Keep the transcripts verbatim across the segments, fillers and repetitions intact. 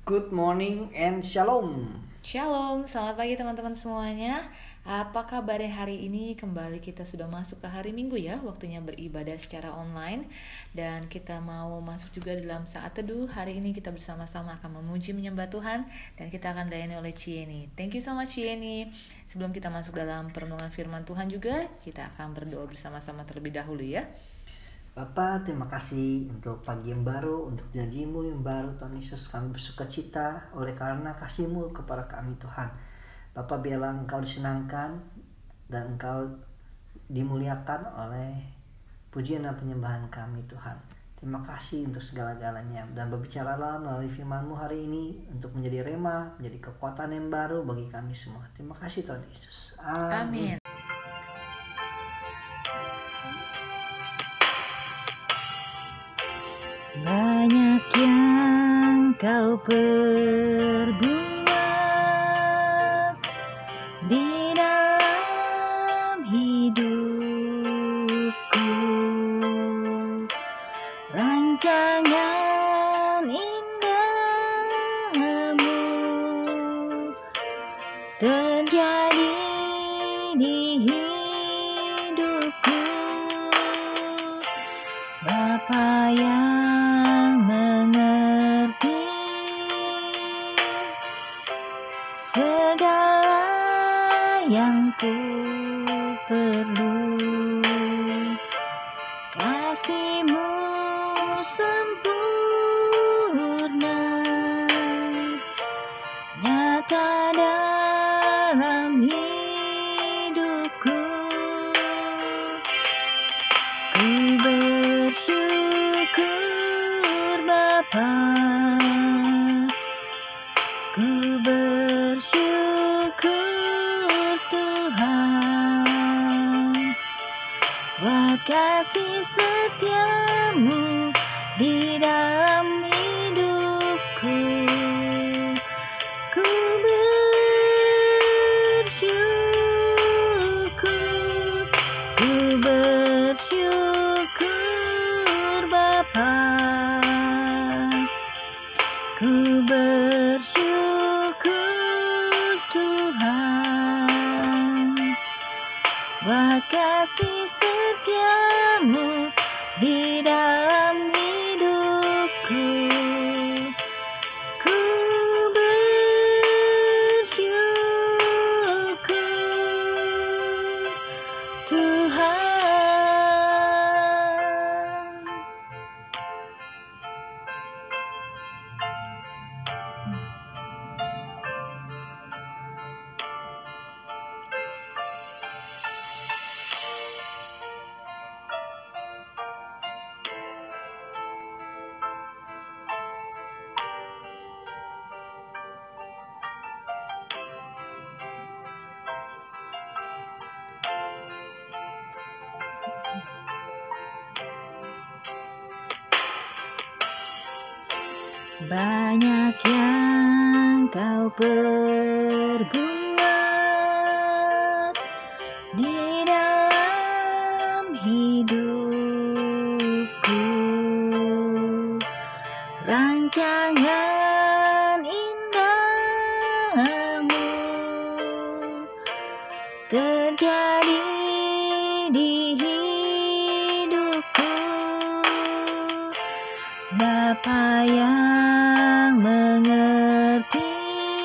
Good morning and shalom. Shalom, selamat pagi teman-teman semuanya. Apa kabar hari ini? Kembali kita sudah masuk ke hari Minggu ya, waktunya beribadah secara online. Dan kita mau masuk juga dalam saat teduh. Hari ini kita bersama-sama akan memuji menyembah Tuhan. Dan kita akan dilayani oleh Cieni. Thank you so much Cieni. Sebelum kita masuk dalam perenungan firman Tuhan juga, kita akan berdoa bersama-sama terlebih dahulu ya. Bapa, terima kasih untuk pagi yang baru, untuk janji-Mu yang baru, Tuhan Yesus. Kami bersuka cita oleh karena kasih-Mu kepada kami, Tuhan. Bapa, biarlah Engkau disenangkan dan Engkau dimuliakan oleh pujian dan penyembahan kami, Tuhan. Terima kasih untuk segala-galanya. Dan berbicaralah melalui firman-Mu hari ini untuk menjadi rema, menjadi kekuatan yang baru bagi kami semua. Terima kasih Tuhan Yesus. Amin. Banyak yang kau perbuat di dalam hidupku, rancangan indahmu terjadi di hidupku. Bapa yang mengerti segala yang ku perlu, kasih-Mu sempurna nyata dalam hidupku. Ku bersyukur Bapa, ku bersyukur Tuhan, buat kasih setia-Mu di dalam hidupku. Ku bersyukur, ku bersyukur Bapa, ku bersyukur Tuhan, buat kasih setia-Mu di dalam hidupku. Ku bersyukur Tuhan. Banyak yang kau perbuat di dalam hidupku, rancangan indahmu terjadi di hidupku. Bapa yang mengerti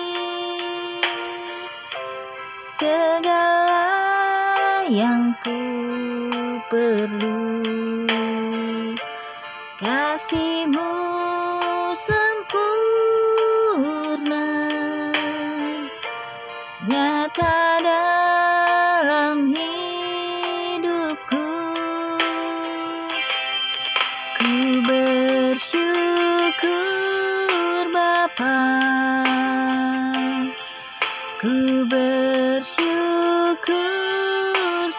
segala yang ku perlu, kasih-Mu sempurna nyata dalam hidupku. Ku bersyukur Bapa, ku bersyukur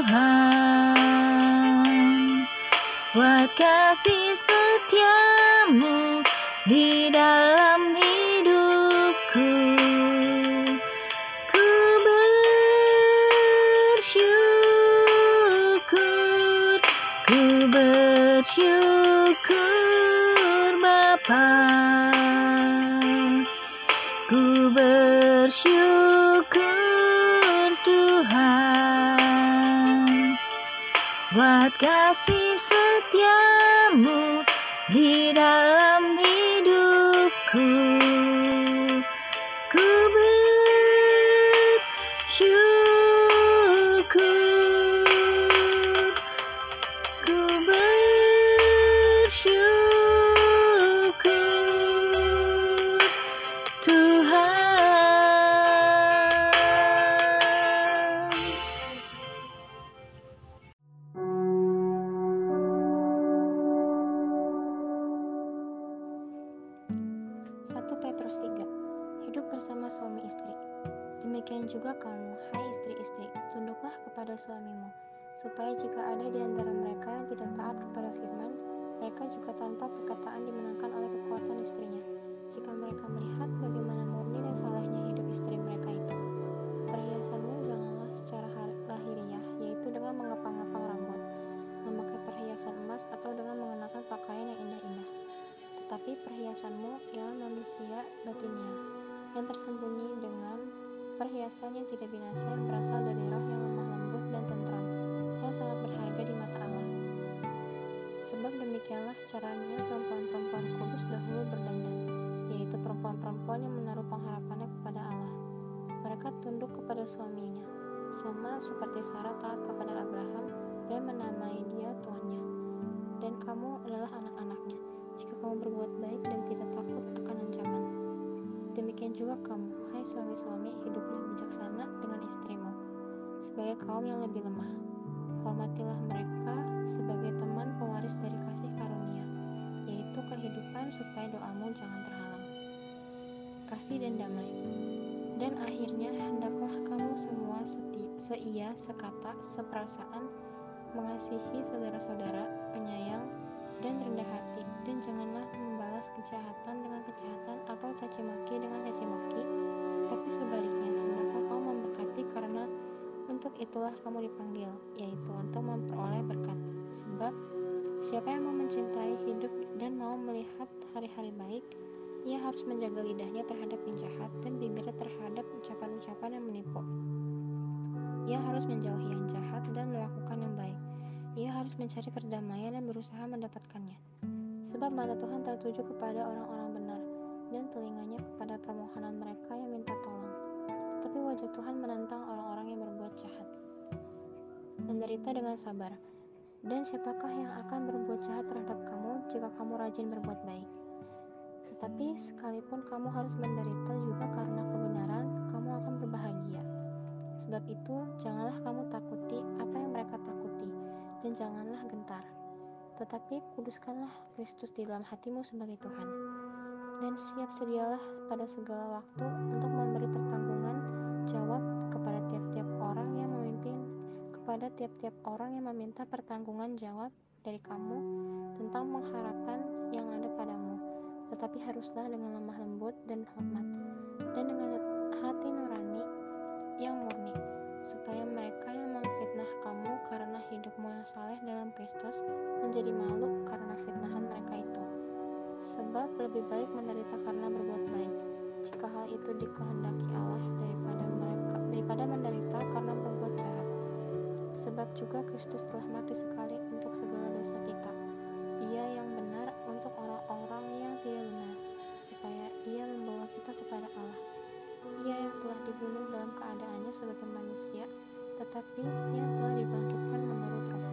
Tuhan, buat kasih setia-Mu di dalam hidupku. Ku bersyukur, ku bersyukur Bapa, Ku bersyukur Tuhan buat kasih setiamu di dalam hidupku. Ku bersyukur, ku bersyukur Tuhan. satu Petrus tiga. Hidup bersama suami istri. Demikian juga kamu, hai istri-istri, tunduklah kepada suamimu, supaya jika ada di antara mereka yang tidak taat kepada firman, mereka juga tanpa perkataan dimenangkan oleh kekuatan istrinya. Jika mereka melihat bagaimana murni dan salehnya hidup istri mereka itu. Perhiasanmu janganlah secara lahiriah, yaitu dengan mengepang-ngepang rambut, memakai perhiasan emas atau dengan mengenakan pakaian yang indah-indah. Tetapi perhiasanmu ialah manusia batinnya, yang tersembunyi dengan perhiasan yang tidak binasa yang berasal dari roh yang lemah lembut dan tentram, yang sangat berharga di mata Allah. Sebab demikianlah caranya perempuan-perempuan kudus dahulu berdandan, yaitu perempuan-perempuan yang menaruh pengharapannya kepada Allah. Mereka tunduk kepada suaminya, sama seperti Sarah taat kepada Abraham dan menamai dia tuannya. Dan kamu adalah anak-anaknya, jika kamu berbuat baik dan tidak takut akan ancaman. Demikian juga kamu, hai suami-suami, hiduplah bijaksana dengan istrimu, sebagai kaum yang lebih lemah. Hormatilah mereka sebagai teman pewaris dari kasih karunia, yaitu kehidupan, supaya doamu jangan terhalang. Kasih dan damai. Dan akhirnya, hendaklah kamu semua seti, seia, sekata, seperasaan, mengasihi saudara-saudara, penyayang, dan rendah hati, dan janganlah membalas kejahatan dengan kejahatan atau caci maki dengan caci maki, tapi sebaliknya hendaklah kamu memberkati, karena untuk itulah kamu dipanggil, yaitu untuk memperoleh berkat. Sebab siapa yang mau mencintai hidup dan mau melihat hari-hari baik, ia harus menjaga lidahnya terhadap yang jahat dan bibirnya terhadap ucapan-ucapan yang menipu. Ia harus menjauhi yang jahat dan melakukan yang baik. Ia harus mencari perdamaian dan berusaha mendapatkannya. Sebab mata Tuhan tertuju kepada orang-orang benar, dan telinganya kepada permohonan mereka yang minta tolong. Tapi wajah Tuhan menentang orang-orang yang berbuat jahat. Menderita dengan sabar. Dan siapakah yang akan berbuat jahat terhadap kamu jika kamu rajin berbuat baik? Tetapi sekalipun kamu harus menderita juga karena kebenaran, kamu akan berbahagia. Sebab itu, janganlah kamu takuti apa yang mereka takuti, dan janganlah gentar. Tetapi kuduskanlah Kristus di dalam hatimu sebagai Tuhan. Dan siap sedialah pada segala waktu untuk memberi pertanggungan jawab kepada tiap-tiap orang yang memimpin, kepada tiap-tiap orang yang meminta pertanggungan jawab dari kamu tentang pengharapan yang ada padamu. Tetapi haruslah dengan lemah lembut dan hormat, dan dengan hati nurani yang murni, supaya mereka yang memfitnah kamu karena hidupmu yang saleh dalam Kristus menjadi malu karena fitnahan mereka itu. Sebab lebih baik menderita karena berbuat baik, jika hal itu dikehendaki Allah, daripada mereka daripada menderita karena berbuat jahat. Sebab juga Kristus telah mati sekali untuk segala dosa kita, Ia yang benar untuk orang-orang yang tidak benar, supaya Ia membawa kita kepada Allah. Ia yang telah dibunuh dalam keadaannya sebagai manusia, tetapi yang telah dibangkitkan menurut roh.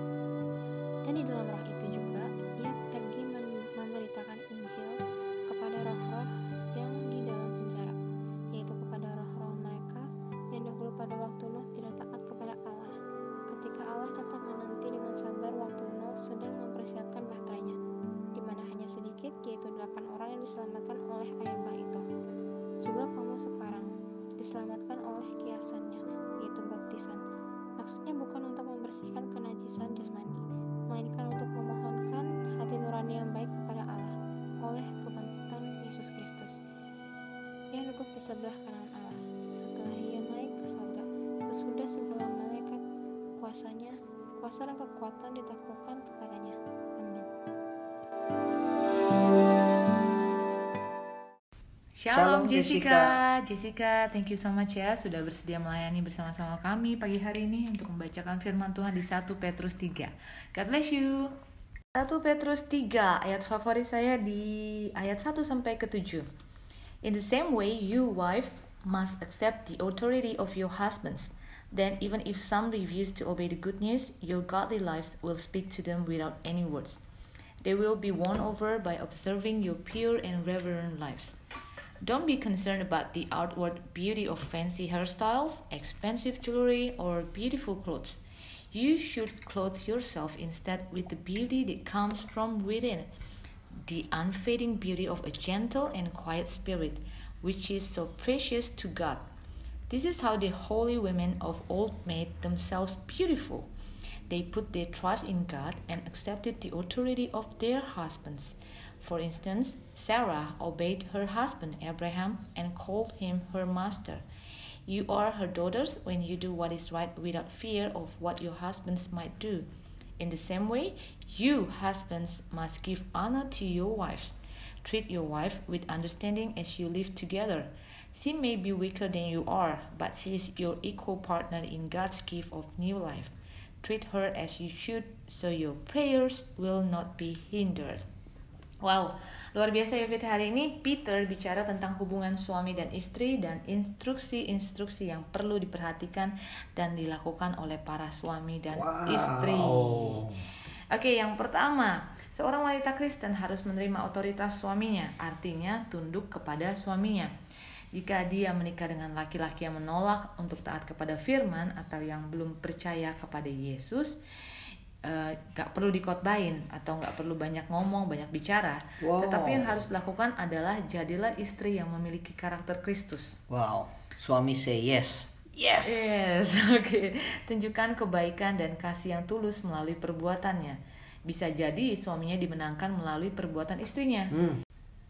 Dan di dalam roh itu juga Ia pergi memberitakan Injil kepada roh-roh yang di dalam penjara, yaitu kepada roh-roh mereka yang dahulu pada waktu Nuh tidak taat kepada Allah, ketika Allah tetap menanti dengan sabar waktu Nuh sedang mempersiapkan bahteranya, di mana hanya sedikit, yaitu delapan orang yang diselamatkan oleh air bah itu. Juga kamu sekarang diselamatkan oleh kiasannya, yaitu baptisan. Maksudnya bukan untuk membersihkan kenajisan jasmani, melainkan untuk memohonkan hati nurani yang baik kepada Allah oleh kebangkitan Yesus Kristus, yang duduk di sebelah kanan Allah, setelah Ia naik ke surga, sesudah segala malaikat kuasanya, kuasa dan kekuatan ditaklukkan kepadanya. Amin. Shalom Shalom, Jessica. Jessica, thank you so much ya sudah bersedia melayani bersama-sama kami pagi hari ini untuk membacakan firman Tuhan di satu Petrus tiga. God bless you. satu Petrus tiga, ayat favorit saya di ayat satu sampai ke tujuh. In the same way, you wife must accept the authority of your husbands. Then even if some refuse to obey the good news, your godly lives will speak to them without any words. They will be won over by observing your pure and reverent lives. Don't be concerned about the outward beauty of fancy hairstyles, expensive jewelry, or beautiful clothes. You should clothe yourself instead with the beauty that comes from within, the unfading beauty of a gentle and quiet spirit, which is so precious to God. This is how the holy women of old made themselves beautiful. They put their trust in God and accepted the authority of their husbands. For instance, Sarah obeyed her husband Abraham and called him her master. You are her daughters when you do what is right without fear of what your husbands might do. In the same way, you husbands must give honor to your wives. Treat your wife with understanding as you live together. She may be weaker than you are, but she is your equal partner in God's gift of new life. Treat her as you should, so your prayers will not be hindered. Wow, luar biasa ya Fit. Hari ini Peter bicara tentang hubungan suami dan istri dan instruksi-instruksi yang perlu diperhatikan dan dilakukan oleh para suami dan Wow. istri. Oke, yang pertama, seorang wanita Kristen harus menerima otoritas suaminya, artinya tunduk kepada suaminya. Jika dia menikah dengan laki-laki yang menolak untuk taat kepada firman atau yang belum percaya kepada Yesus, Uh, gak perlu dikotbahin atau gak perlu banyak ngomong, banyak bicara. Wow. Tetapi yang harus dilakukan adalah jadilah istri yang memiliki karakter Kristus. Wow, suami say yes. Yes. Yes, oke. Okay. Tunjukkan kebaikan dan kasih yang tulus melalui perbuatannya. Bisa jadi suaminya dimenangkan melalui perbuatan istrinya. Hmm.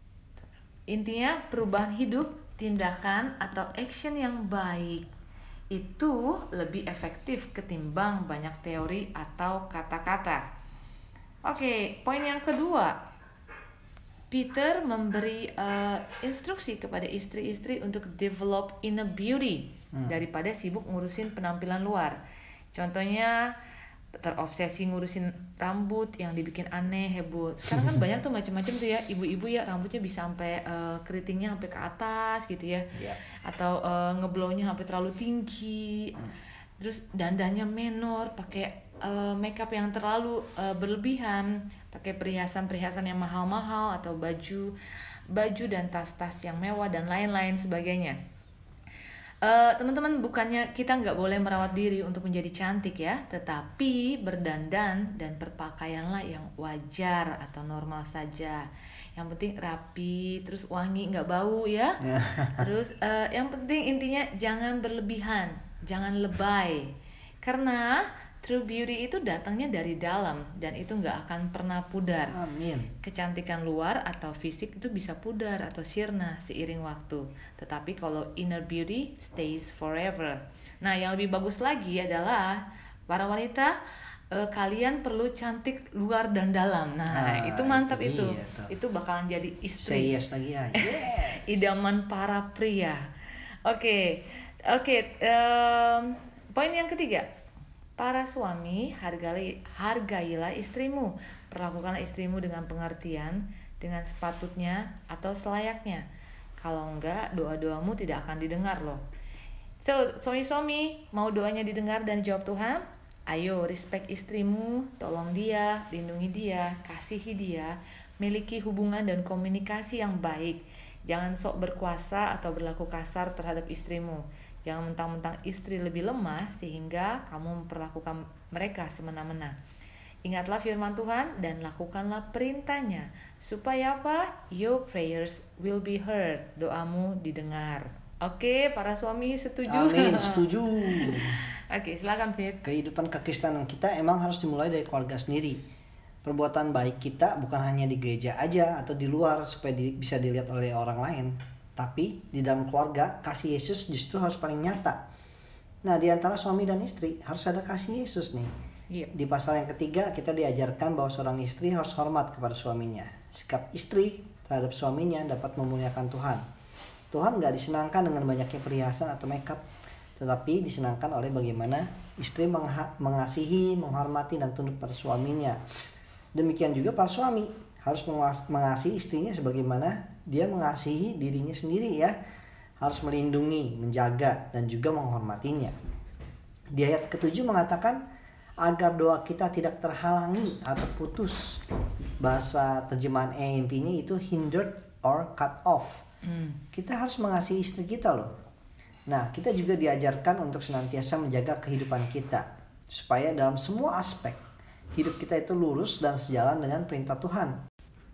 Intinya perubahan hidup, tindakan atau action yang baik itu lebih efektif ketimbang banyak teori atau kata-kata. Oke, poin yang kedua, Peter memberi uh, instruksi kepada istri-istri untuk develop inner beauty hmm. daripada sibuk ngurusin penampilan luar. Contohnya terobsesi ngurusin rambut yang dibikin aneh, heboh. Sekarang kan banyak tuh macam-macam tuh ya, ibu-ibu ya rambutnya bisa sampai uh, keritingnya sampai ke atas gitu ya. Yeah. Atau uh, ngeblownya sampai terlalu tinggi. Hmm. Terus dandannya menor, pakai uh, makeup yang terlalu uh, berlebihan, pakai perhiasan-perhiasan yang mahal-mahal atau baju baju dan tas-tas yang mewah dan lain-lain sebagainya. Uh, teman-teman, bukannya kita nggak boleh merawat diri untuk menjadi cantik ya, tetapi berdandan dan berpakaianlah yang wajar atau normal saja. Yang penting rapi, terus wangi, nggak bau ya. Terus uh, yang penting intinya jangan berlebihan, jangan lebay. Karena true beauty itu datangnya dari dalam dan itu nggak akan pernah pudar. Amin. Kecantikan luar atau fisik itu bisa pudar atau sirna seiring waktu. Tetapi kalau inner beauty stays forever. Nah, yang lebih bagus lagi adalah para wanita, eh, kalian perlu cantik luar dan dalam. Nah, ah, itu mantap itu. Itu, itu bakalan jadi istri. Say yes lagi ya. Yes. Idaman para pria. Oke, okay. oke. Okay. Um, poin yang ketiga. Para suami, hargai, hargailah istrimu. Perlakukanlah istrimu dengan pengertian, dengan sepatutnya atau selayaknya. Kalau enggak, doa-doamu tidak akan didengar loh. So, suami-suami, mau doanya didengar dan jawab Tuhan? Ayo, respect istrimu, tolong dia, lindungi dia, kasihi dia, miliki hubungan dan komunikasi yang baik. Jangan sok berkuasa atau berlaku kasar terhadap istrimu. Jangan mentang-mentang istri lebih lemah sehingga kamu memperlakukan mereka semena-mena. Ingatlah firman Tuhan dan lakukanlah perintahnya. Supaya apa? Your prayers will be heard. Doamu didengar. Oke, para suami setuju? Amin, setuju. Oke, silakan Fit. Kehidupan kekristenan kita emang harus dimulai dari keluarga sendiri. Perbuatan baik kita bukan hanya di gereja aja atau di luar supaya di, bisa dilihat oleh orang lain. Tapi di dalam keluarga, kasih Yesus justru harus paling nyata. Nah, di antara suami dan istri harus ada kasih Yesus nih. Yep. Di pasal yang ketiga kita diajarkan bahwa seorang istri harus hormat kepada suaminya. Sikap istri terhadap suaminya dapat memuliakan Tuhan. Tuhan nggak disenangkan dengan banyaknya perhiasan atau makeup, tetapi disenangkan oleh bagaimana istri mengha- mengasihi, menghormati, dan tunduk pada suaminya. Demikian juga para suami harus mengas- mengasihi istrinya sebagaimana dia mengasihi dirinya sendiri ya. Harus melindungi, menjaga, dan juga menghormatinya. Di ayat ketujuh mengatakan agar doa kita tidak terhalangi atau putus. Bahasa terjemahan E M P-nya itu hindered or cut off. Hmm. Kita harus mengasihi istri kita loh. Nah, kita juga diajarkan untuk senantiasa menjaga kehidupan kita, supaya dalam semua aspek hidup kita itu lurus dan sejalan dengan perintah Tuhan.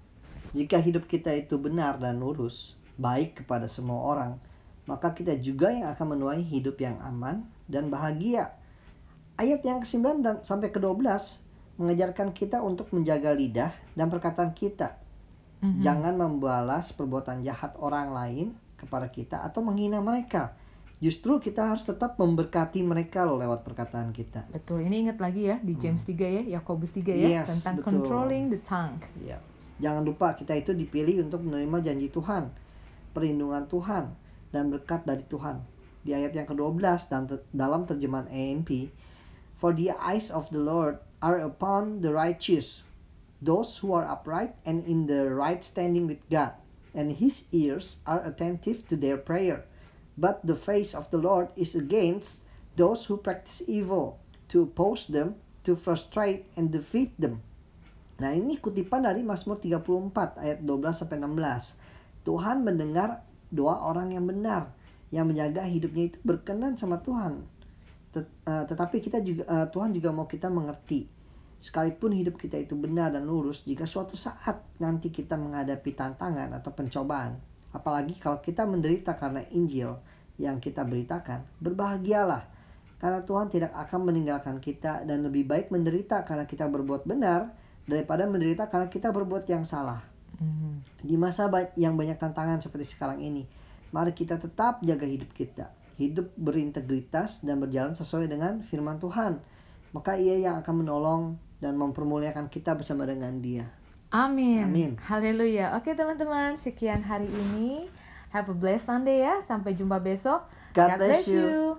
Jika hidup kita itu benar dan lurus, baik kepada semua orang, maka kita juga yang akan menuai hidup yang aman dan bahagia. Ayat yang kesembilan dan sampai kedua belas mengajarkan kita untuk menjaga lidah dan perkataan kita. Mm-hmm. Jangan membalas perbuatan jahat orang lain kepada kita atau menghina mereka. Justru kita harus tetap memberkati mereka loh lewat perkataan kita. Betul, ini ingat lagi ya di James hmm. tiga ya, Yakobus tiga ya, yes, tentang betul. controlling the tongue. Ya. Jangan lupa kita itu dipilih untuk menerima janji Tuhan, perlindungan Tuhan, dan berkat dari Tuhan. Di ayat yang kedua belas dan te- dalam terjemahan E M P, for the eyes of the Lord are upon the righteous, those who are upright and in the right standing with God, and his ears are attentive to their prayer. But the face of the Lord is against those who practice evil, to oppose them, to frustrate and defeat them. Nah, ini kutipan dari Mazmur tiga puluh empat ayat dua belas sampai enam belas. Tuhan mendengar doa orang yang benar, yang menjaga hidupnya itu berkenan sama Tuhan. Tet- uh, tetapi kita juga uh, Tuhan juga mau kita mengerti, sekalipun hidup kita itu benar dan lurus, jika suatu saat nanti kita menghadapi tantangan atau pencobaan, apalagi kalau kita menderita karena Injil yang kita beritakan, berbahagialah, karena Tuhan tidak akan meninggalkan kita, dan lebih baik menderita karena kita berbuat benar daripada menderita karena kita berbuat yang salah. Mm-hmm. Di masa yang banyak tantangan seperti sekarang ini, mari kita tetap jaga hidup kita, hidup berintegritas dan berjalan sesuai dengan firman Tuhan. Maka Ia yang akan menolong dan mempermuliakan kita bersama dengan Dia. Amin. Amin. Haleluya. Oke teman-teman, sekian hari ini. Have a blessed Sunday ya. Sampai jumpa besok. God, God bless you. you.